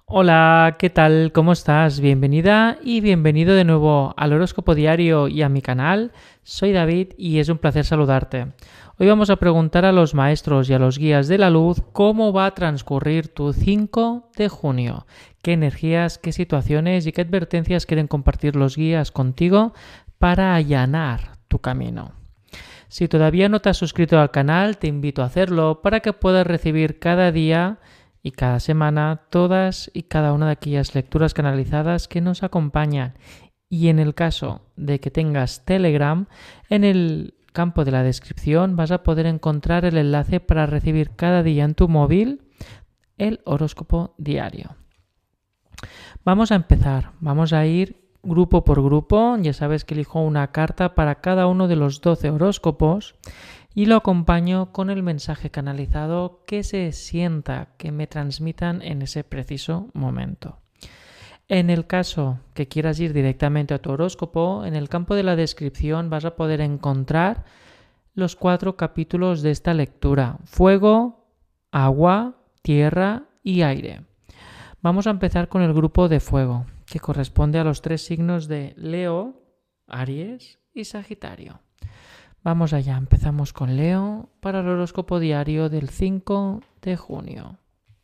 Hola, ¿qué tal? ¿Cómo estás? Bienvenida y bienvenido de nuevo al horóscopo diario y a mi canal. Soy David y es un placer saludarte. Hoy vamos a preguntar a los maestros y a los guías de la luz cómo va a transcurrir tu 5 de junio. ¿Qué energías, qué situaciones y qué advertencias quieren compartir los guías contigo para allanar tu camino? Si todavía no te has suscrito al canal, te invito a hacerlo para que puedas recibir cada día y cada semana todas y cada una de aquellas lecturas canalizadas que nos acompañan. Y en el caso de que tengas Telegram, en el campo de la descripción vas a poder encontrar el enlace para recibir cada día en tu móvil el horóscopo diario. Vamos a empezar, vamos a ir grupo por grupo. Ya sabes que elijo una carta para cada uno de los 12 horóscopos y lo acompaño con el mensaje canalizado que se sienta que me transmitan en ese preciso momento. En el caso que quieras ir directamente a tu horóscopo, en el campo de la descripción vas a poder encontrar los 4 capítulos de esta lectura: fuego, agua, tierra y aire. Vamos a empezar con el grupo de fuego, que corresponde a los 3 signos de Leo, Aries y Sagitario. Vamos allá, empezamos con Leo para el horóscopo diario del 5 de junio.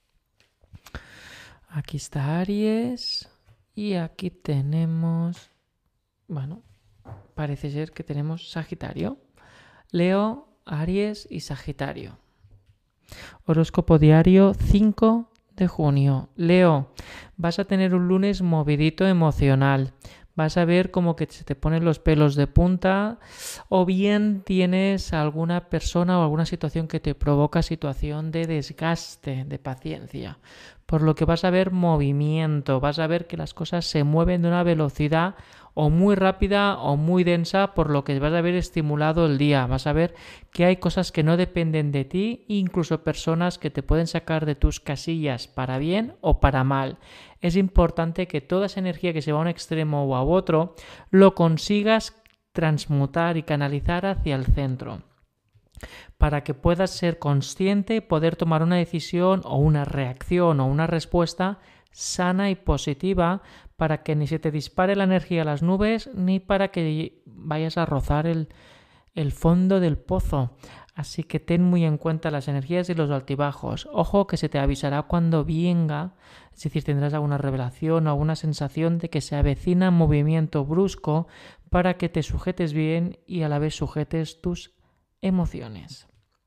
Aquí está Aries y aquí tenemos, parece ser que tenemos Sagitario. Leo, Aries y Sagitario. Horóscopo diario 5 de junio. Leo, vas a tener un lunes movidito emocional. Vas a ver como que se te ponen los pelos de punta, o bien tienes alguna persona o alguna situación que te provoca situación de desgaste, de paciencia. Por lo que vas a ver movimiento, vas a ver que las cosas se mueven de una velocidad o muy rápida o muy densa, por lo que vas a ver estimulado el día. Vas a ver que hay cosas que no dependen de ti, incluso personas que te pueden sacar de tus casillas para bien o para mal. Es importante que toda esa energía que se va a un extremo o a otro lo consigas transmutar y canalizar hacia el centro, para que puedas ser consciente y poder tomar una decisión o una reacción o una respuesta sana y positiva, para que ni se te dispare la energía a las nubes ni para que vayas a rozar el fondo del pozo. Así que ten muy en cuenta las energías y los altibajos. Ojo que se te avisará cuando venga, es decir, tendrás alguna revelación o alguna sensación de que se avecina movimiento brusco, para que te sujetes bien y a la vez sujetes tus emociones.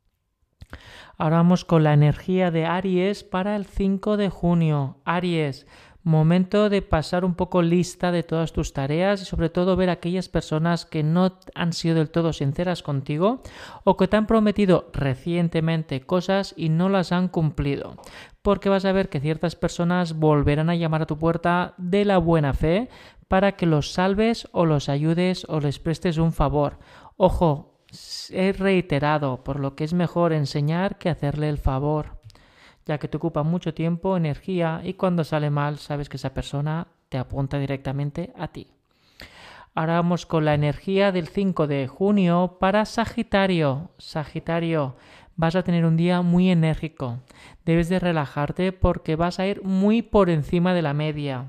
Ahora vamos con la energía de Aries para el 5 de junio. Aries, momento de pasar un poco lista de todas tus tareas y sobre todo ver a aquellas personas que no han sido del todo sinceras contigo o que te han prometido recientemente cosas y no las han cumplido. Porque vas a ver que ciertas personas volverán a llamar a tu puerta de la buena fe para que los salves o los ayudes o les prestes un favor. Ojo, es reiterado, por lo que es mejor enseñar que hacerle el favor, ya que te ocupa mucho tiempo, energía, y cuando sale mal sabes que esa persona te apunta directamente a ti. Ahora vamos con la energía del 5 de junio para Sagitario. Sagitario, vas a tener un día muy enérgico. Debes de relajarte porque vas a ir muy por encima de la media.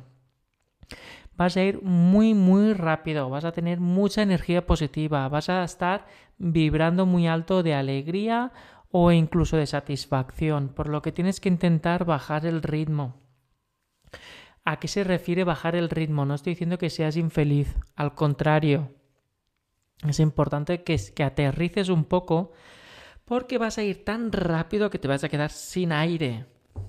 Vas a ir muy rápido, vas a tener mucha energía positiva, vas a estar vibrando muy alto de alegría o incluso de satisfacción, por lo que tienes que intentar bajar el ritmo. ¿A qué se refiere bajar el ritmo? No estoy diciendo que seas infeliz, al contrario. Es importante que aterrices un poco, porque vas a ir tan rápido que te vas a quedar sin aire.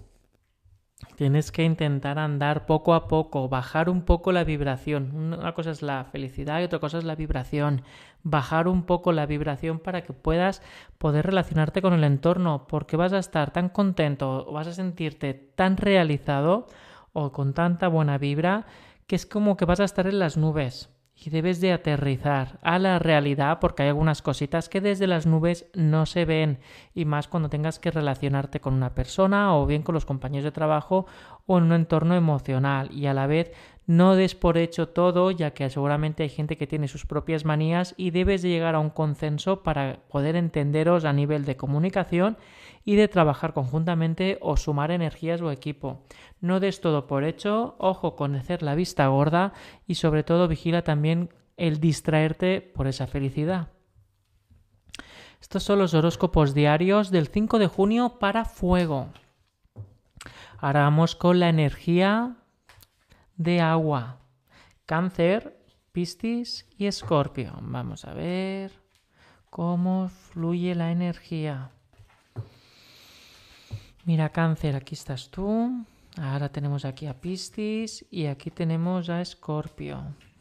Tienes que intentar andar poco a poco, bajar un poco la vibración. Una cosa es la felicidad y otra cosa es la vibración. Bajar un poco la vibración para que puedas poder relacionarte con el entorno, porque vas a estar tan contento, vas a sentirte tan realizado o con tanta buena vibra, que es como que vas a estar en las nubes. Y debes de aterrizar a la realidad, porque hay algunas cositas que desde las nubes no se ven, y más cuando tengas que relacionarte con una persona o bien con los compañeros de trabajo o en un entorno emocional. Y a la vez no des por hecho todo, ya que seguramente hay gente que tiene sus propias manías y debes de llegar a un consenso para poder entenderos a nivel de comunicación y de trabajar conjuntamente o sumar energías o equipo. No des todo por hecho, ojo con hacer la vista gorda y sobre todo vigila también el distraerte por esa felicidad. Estos son los horóscopos diarios del 5 de junio para Fuego. Ahora vamos con la energía de agua. Cáncer, Piscis y Escorpio. Vamos a ver cómo fluye la energía. Mira, Cáncer, aquí estás tú. Ahora tenemos aquí a Piscis y aquí tenemos a Escorpio.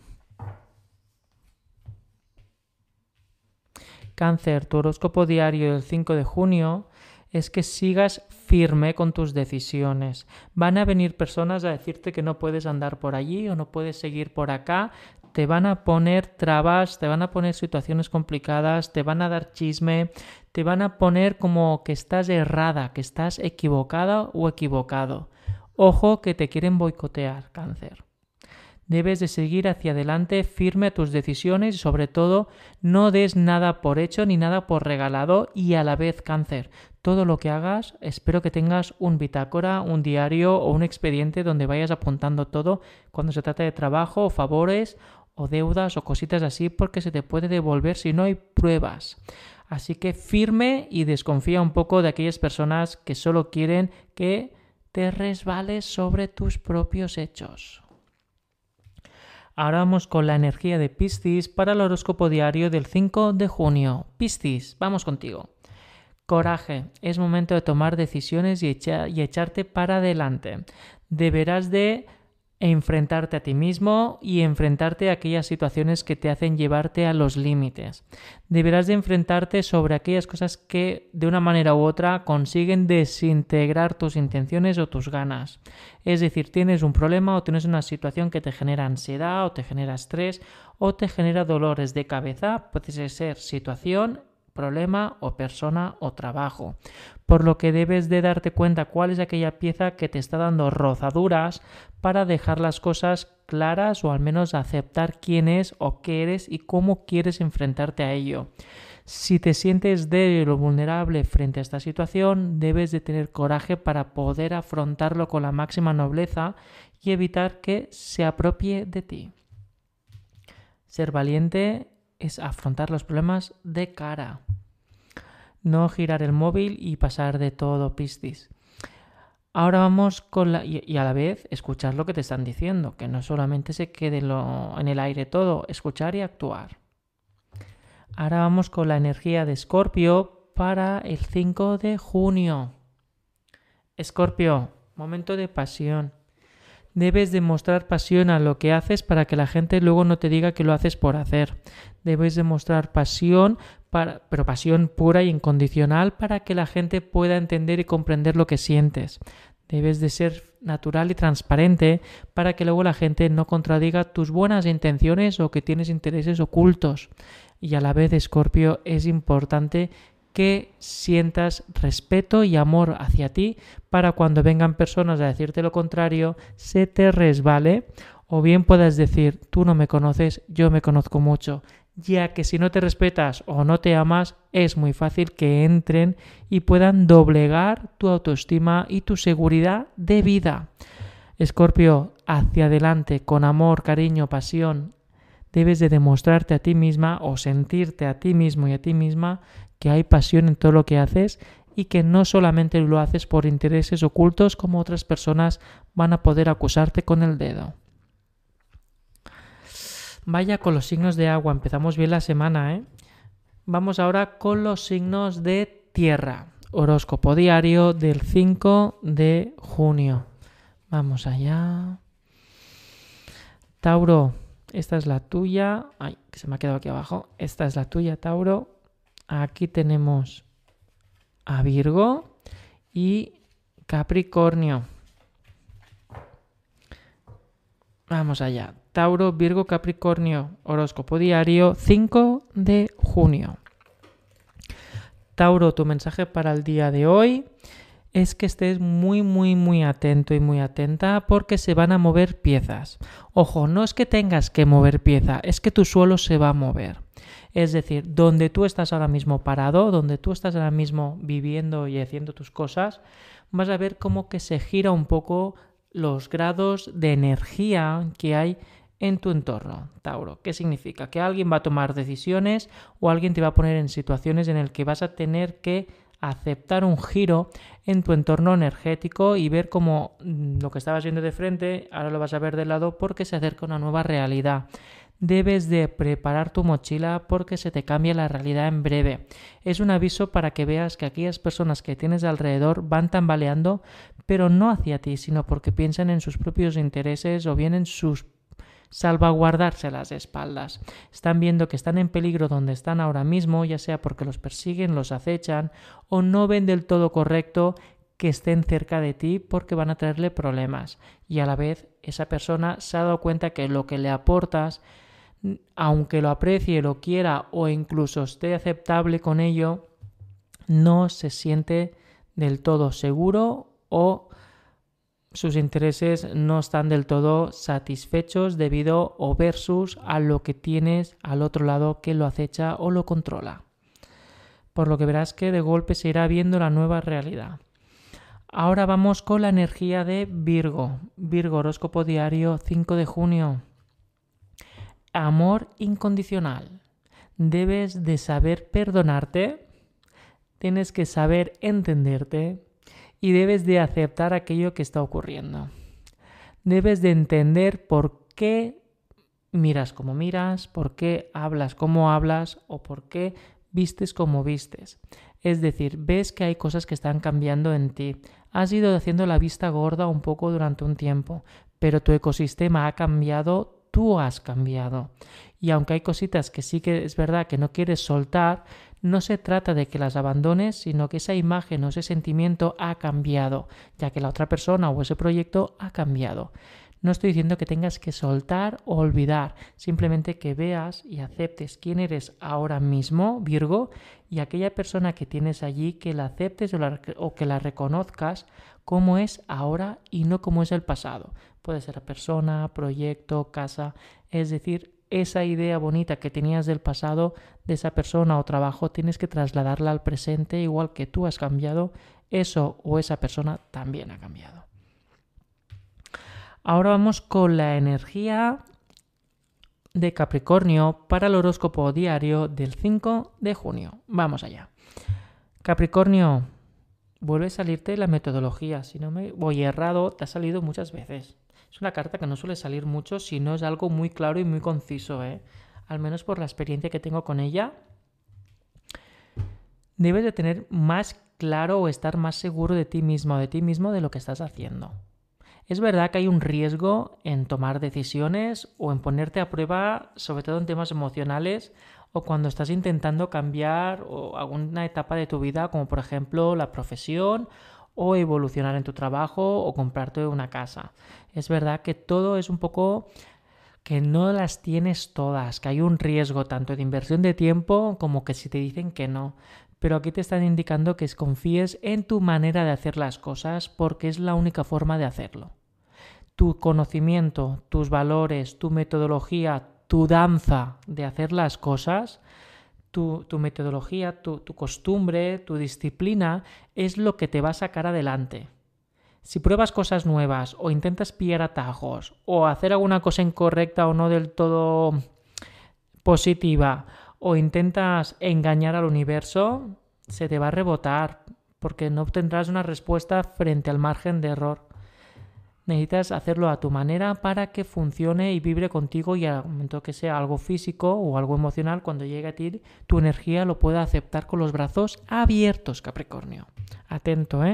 Cáncer, tu horóscopo diario del 5 de junio es que sigas firme con tus decisiones. Van a venir personas a decirte que no puedes andar por allí o no puedes seguir por acá. Te van a poner trabas, te van a poner situaciones complicadas, te van a dar chisme, te van a poner como que estás errada, que estás equivocada o equivocado. Ojo que te quieren boicotear, Cáncer. Debes de seguir hacia adelante firme a tus decisiones y sobre todo no des nada por hecho ni nada por regalado y a la vez, Cáncer, todo lo que hagas, espero que tengas un bitácora, un diario o un expediente donde vayas apuntando todo cuando se trata de trabajo o favores o deudas o cositas así porque se te puede devolver si no hay pruebas. Así que firme y desconfía un poco de aquellas personas que solo quieren que te resbales sobre tus propios hechos. Ahora vamos con la energía de Piscis para el horóscopo diario del 5 de junio. Piscis, vamos contigo. Coraje, es momento de tomar decisiones y echarte para adelante. Deberás de enfrentarte a ti mismo y enfrentarte a aquellas situaciones que te hacen llevarte a los límites. Deberás de enfrentarte sobre aquellas cosas que de una manera u otra consiguen desintegrar tus intenciones o tus ganas. Es decir, tienes un problema o tienes una situación que te genera ansiedad o te genera estrés o te genera dolores de cabeza. Puede ser situación, problema o persona o trabajo. Por lo que debes de darte cuenta cuál es aquella pieza que te está dando rozaduras para dejar las cosas claras o al menos aceptar quién es o qué eres y cómo quieres enfrentarte a ello. Si te sientes débil o vulnerable frente a esta situación, debes de tener coraje para poder afrontarlo con la máxima nobleza y evitar que se apropie de ti. Ser valiente es afrontar los problemas de cara. No girar el móvil y pasar de todo, Piscis. Ahora vamos con y a la vez escuchar lo que te están diciendo, que no solamente se quede en el aire todo, escuchar y actuar. Ahora vamos con la energía de Escorpio para el 5 de junio. Escorpio, momento de pasión. Debes demostrar pasión a lo que haces para que la gente luego no te diga que lo haces por hacer. Debes demostrar pasión, pero pasión pura y incondicional para que la gente pueda entender y comprender lo que sientes. Debes de ser natural y transparente para que luego la gente no contradiga tus buenas intenciones o que tienes intereses ocultos. Y a la vez, Escorpio, es importante que sientas respeto y amor hacia ti para cuando vengan personas a decirte lo contrario, se te resbale o bien puedas decir, tú no me conoces, yo me conozco mucho, ya que si no te respetas o no te amas, es muy fácil que entren y puedan doblegar tu autoestima y tu seguridad de vida. Escorpio, hacia adelante, con amor, cariño, pasión, debes de demostrarte a ti misma o sentirte a ti mismo y a ti misma que hay pasión en todo lo que haces y que no solamente lo haces por intereses ocultos como otras personas van a poder acusarte con el dedo. Vaya con los signos de agua, empezamos bien la semana, ¿eh? Vamos ahora con los signos de tierra. Horóscopo diario del 5 de junio. Vamos allá. Tauro, esta es la tuya. Ay, que se me ha quedado aquí abajo. Esta es la tuya, Tauro. Aquí tenemos a Virgo y Capricornio. Vamos allá. Tauro, Virgo, Capricornio. Horóscopo diario 5 de junio. Tauro, tu mensaje para el día de hoy es que estés muy atento y muy atenta porque se van a mover piezas. Ojo, no es que tengas que mover pieza, es que tu suelo se va a mover. Es decir, donde tú estás ahora mismo parado, donde tú estás ahora mismo viviendo y haciendo tus cosas, vas a ver cómo que se gira un poco los grados de energía que hay en tu entorno, Tauro. ¿Qué significa? Que alguien va a tomar decisiones o alguien te va a poner en situaciones en las que vas a tener que aceptar un giro en tu entorno energético y ver cómo lo que estabas viendo de frente ahora lo vas a ver de lado porque se acerca una nueva realidad. Debes de preparar tu mochila porque se te cambia la realidad en breve. Es un aviso para que veas que aquellas personas que tienes alrededor van tambaleando, pero no hacia ti, sino porque piensan en sus propios intereses o bien en sus salvaguardarse las espaldas. Están viendo que están en peligro donde están ahora mismo, ya sea porque los persiguen, los acechan o no ven del todo correcto que estén cerca de ti porque van a traerle problemas. Y a la vez esa persona se ha dado cuenta que lo que le aportas, aunque lo aprecie, lo quiera o incluso esté aceptable con ello, no se siente del todo seguro o sus intereses no están del todo satisfechos debido o versus a lo que tienes al otro lado que lo acecha o lo controla. Por lo que verás que de golpe se irá viendo la nueva realidad. Ahora vamos con la energía de Virgo. Virgo, horóscopo diario 5 de junio. Amor incondicional. Debes de saber perdonarte, tienes que saber entenderte y debes de aceptar aquello que está ocurriendo. Debes de entender por qué miras como miras, por qué hablas como hablas o por qué vistes como vistes. Es decir, ves que hay cosas que están cambiando en ti. Has ido haciendo la vista gorda un poco durante un tiempo, pero tu ecosistema ha cambiado, tú has cambiado. Y aunque hay cositas que sí que es verdad que no quieres soltar, no se trata de que las abandones, sino que esa imagen o ese sentimiento ha cambiado, ya que la otra persona o ese proyecto ha cambiado. No estoy diciendo que tengas que soltar o olvidar, simplemente que veas y aceptes quién eres ahora mismo, Virgo, y aquella persona que tienes allí que la aceptes o que la reconozcas como es ahora y no como es el pasado. Puede ser persona, proyecto, casa, es decir, esa idea bonita que tenías del pasado de esa persona o trabajo tienes que trasladarla al presente, igual que tú has cambiado, eso o esa persona también ha cambiado. Ahora vamos con la energía de Capricornio para el horóscopo diario del 5 de junio. Vamos allá. Capricornio, vuelve a salirte la metodología. Si no me voy errado, te ha salido muchas veces. Es una carta que no suele salir mucho si no es algo muy claro y muy conciso, al menos por la experiencia que tengo con ella. Debes de tener más claro o estar más seguro de ti mismo o de ti mismo de lo que estás haciendo. Es verdad que hay un riesgo en tomar decisiones o en ponerte a prueba, sobre todo en temas emocionales o cuando estás intentando cambiar alguna etapa de tu vida, como por ejemplo la profesión o evolucionar en tu trabajo o comprarte una casa. Es verdad que todo es un poco que no las tienes todas, que hay un riesgo tanto de inversión de tiempo como que si te dicen que no. Pero aquí te están indicando que confíes en tu manera de hacer las cosas porque es la única forma de hacerlo. Tu conocimiento, tus valores, tu metodología, tu danza de hacer las cosas, tu metodología, tu costumbre, tu disciplina es lo que te va a sacar adelante. Si pruebas cosas nuevas o intentas pillar atajos o hacer alguna cosa incorrecta o no del todo positiva o intentas engañar al universo, se te va a rebotar porque no obtendrás una respuesta frente al margen de error. Necesitas hacerlo a tu manera para que funcione y vibre contigo y al momento que sea algo físico o algo emocional, cuando llegue a ti, tu energía lo pueda aceptar con los brazos abiertos, Capricornio. Atento,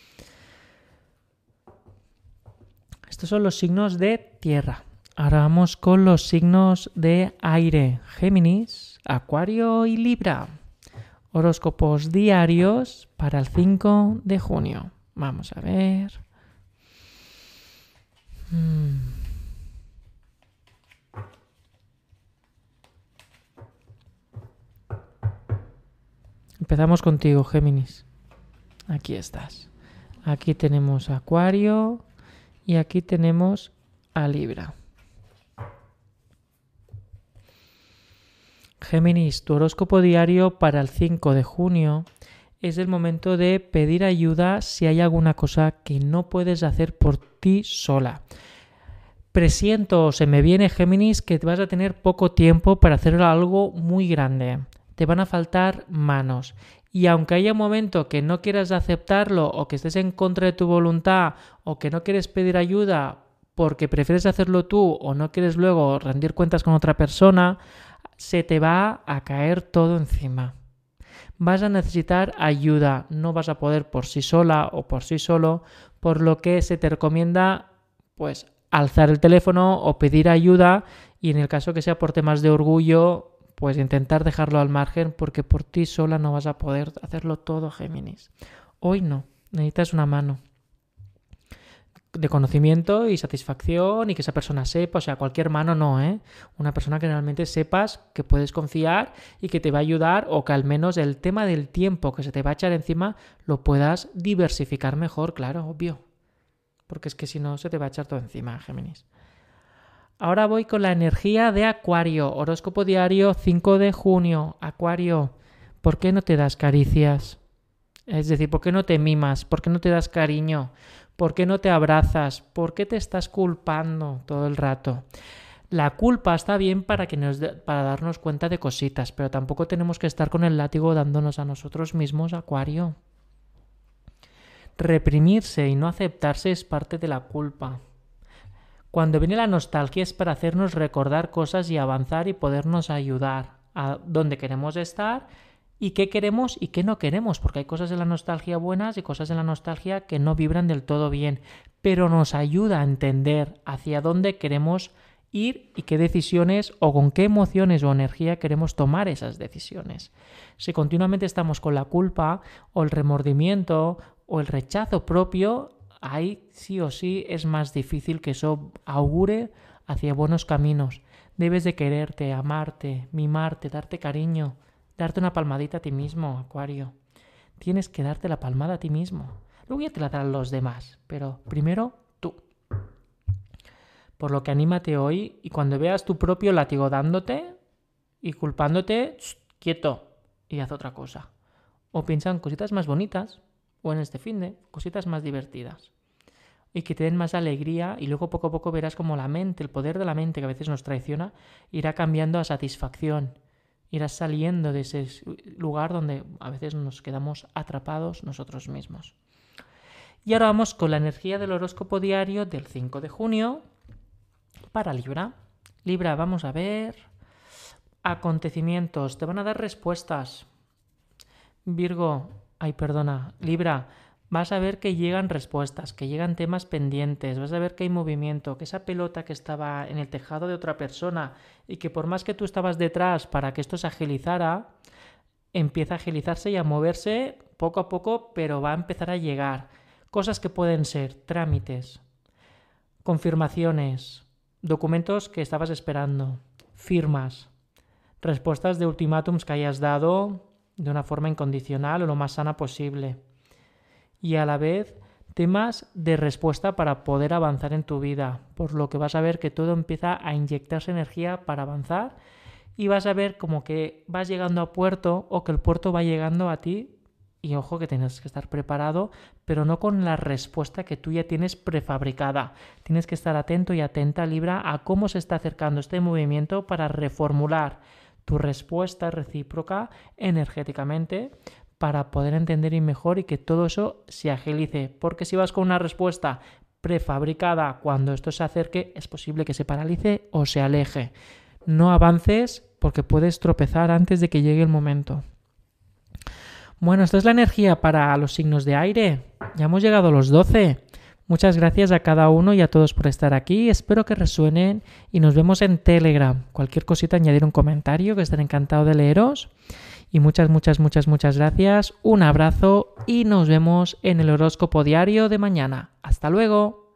Estos son los signos de tierra. Ahora vamos con los signos de aire. Géminis, Acuario y Libra. Horóscopos diarios para el 5 de junio. Vamos a ver. Empezamos contigo, Géminis. Aquí estás. Aquí tenemos a Acuario y aquí tenemos a Libra. Géminis, tu horóscopo diario para el 5 de junio es el momento de pedir ayuda si hay alguna cosa que no puedes hacer por ti sola. Presiento, se me viene, Géminis, que vas a tener poco tiempo para hacer algo muy grande. Te van a faltar manos. Y aunque haya un momento que no quieras aceptarlo o que estés en contra de tu voluntad o que no quieres pedir ayuda porque prefieres hacerlo tú o no quieres luego rendir cuentas con otra persona, se te va a caer todo encima. Vas a necesitar ayuda, no vas a poder por sí sola o por sí solo, por lo que se te recomienda pues alzar el teléfono o pedir ayuda y en el caso que sea por temas de orgullo, pues intentar dejarlo al margen porque por ti sola no vas a poder hacerlo todo, Géminis. Hoy no, necesitas una mano de conocimiento y satisfacción y que esa persona sepa, o sea, cualquier mano no, una persona que realmente sepas que puedes confiar y que te va a ayudar o que al menos el tema del tiempo que se te va a echar encima lo puedas diversificar mejor, claro, obvio, porque es que si no se te va a echar todo encima, Géminis. Ahora voy con la energía de Acuario, horóscopo diario 5 de junio, Acuario, ¿por qué no te das caricias? Es decir, ¿por qué no te mimas? ¿Por qué no te das cariño? ¿Por qué no te abrazas? ¿Por qué te estás culpando todo el rato? La culpa está bien para darnos cuenta de cositas, pero tampoco tenemos que estar con el látigo dándonos a nosotros mismos, Acuario. Reprimirse y no aceptarse es parte de la culpa. Cuando viene la nostalgia es para hacernos recordar cosas y avanzar y podernos ayudar a donde queremos estar y qué queremos y qué no queremos, porque hay cosas de la nostalgia buenas y cosas de la nostalgia que no vibran del todo bien, pero nos ayuda a entender hacia dónde queremos ir y qué decisiones o con qué emociones o energía queremos tomar esas decisiones. Si continuamente estamos con la culpa o el remordimiento o el rechazo propio, ahí sí o sí es más difícil que eso augure hacia buenos caminos. Debes de quererte, amarte, mimarte, darte cariño, darte una palmadita a ti mismo, Acuario. Tienes que darte la palmada a ti mismo. Luego ya te la darán los demás, pero primero tú. Por lo que anímate hoy y cuando veas tu propio látigo dándote y culpándote, quieto y haz otra cosa. O piensa en cositas más bonitas o en este finde, cositas más divertidas. Y que te den más alegría y luego poco a poco verás como la mente, el poder de la mente que a veces nos traiciona, irá cambiando a satisfacción. Irás saliendo de ese lugar donde a veces nos quedamos atrapados nosotros mismos. Y ahora vamos con la energía del horóscopo diario del 5 de junio para Libra. Libra, vamos a ver. Acontecimientos, te van a dar respuestas. Libra, vas a ver que llegan respuestas, que llegan temas pendientes, vas a ver que hay movimiento, que esa pelota que estaba en el tejado de otra persona y que por más que tú estabas detrás para que esto se agilizara, empieza a agilizarse y a moverse poco a poco, pero va a empezar a llegar. Cosas que pueden ser trámites, confirmaciones, documentos que estabas esperando, firmas, respuestas de ultimátums que hayas dado de una forma incondicional o lo más sana posible. Y a la vez temas de respuesta para poder avanzar en tu vida, por lo que vas a ver que todo empieza a inyectarse energía para avanzar y vas a ver como que vas llegando a puerto o que el puerto va llegando a ti y ojo que tienes que estar preparado, pero no con la respuesta que tú ya tienes prefabricada. Tienes que estar atento y atenta, Libra, a cómo se está acercando este movimiento para reformular tu respuesta recíproca energéticamente para poder entender y mejor y que todo eso se agilice. Porque si vas con una respuesta prefabricada, cuando esto se acerque, es posible que se paralice o se aleje. No avances porque puedes tropezar antes de que llegue el momento. Bueno, esta es la energía para los signos de aire. Ya hemos llegado a los 12. Muchas gracias a cada uno y a todos por estar aquí. Espero que resuenen y nos vemos en Telegram. Cualquier cosita, añadir un comentario que estaré encantado de leeros. Y muchas gracias. Un abrazo y nos vemos en el horóscopo diario de mañana. Hasta luego.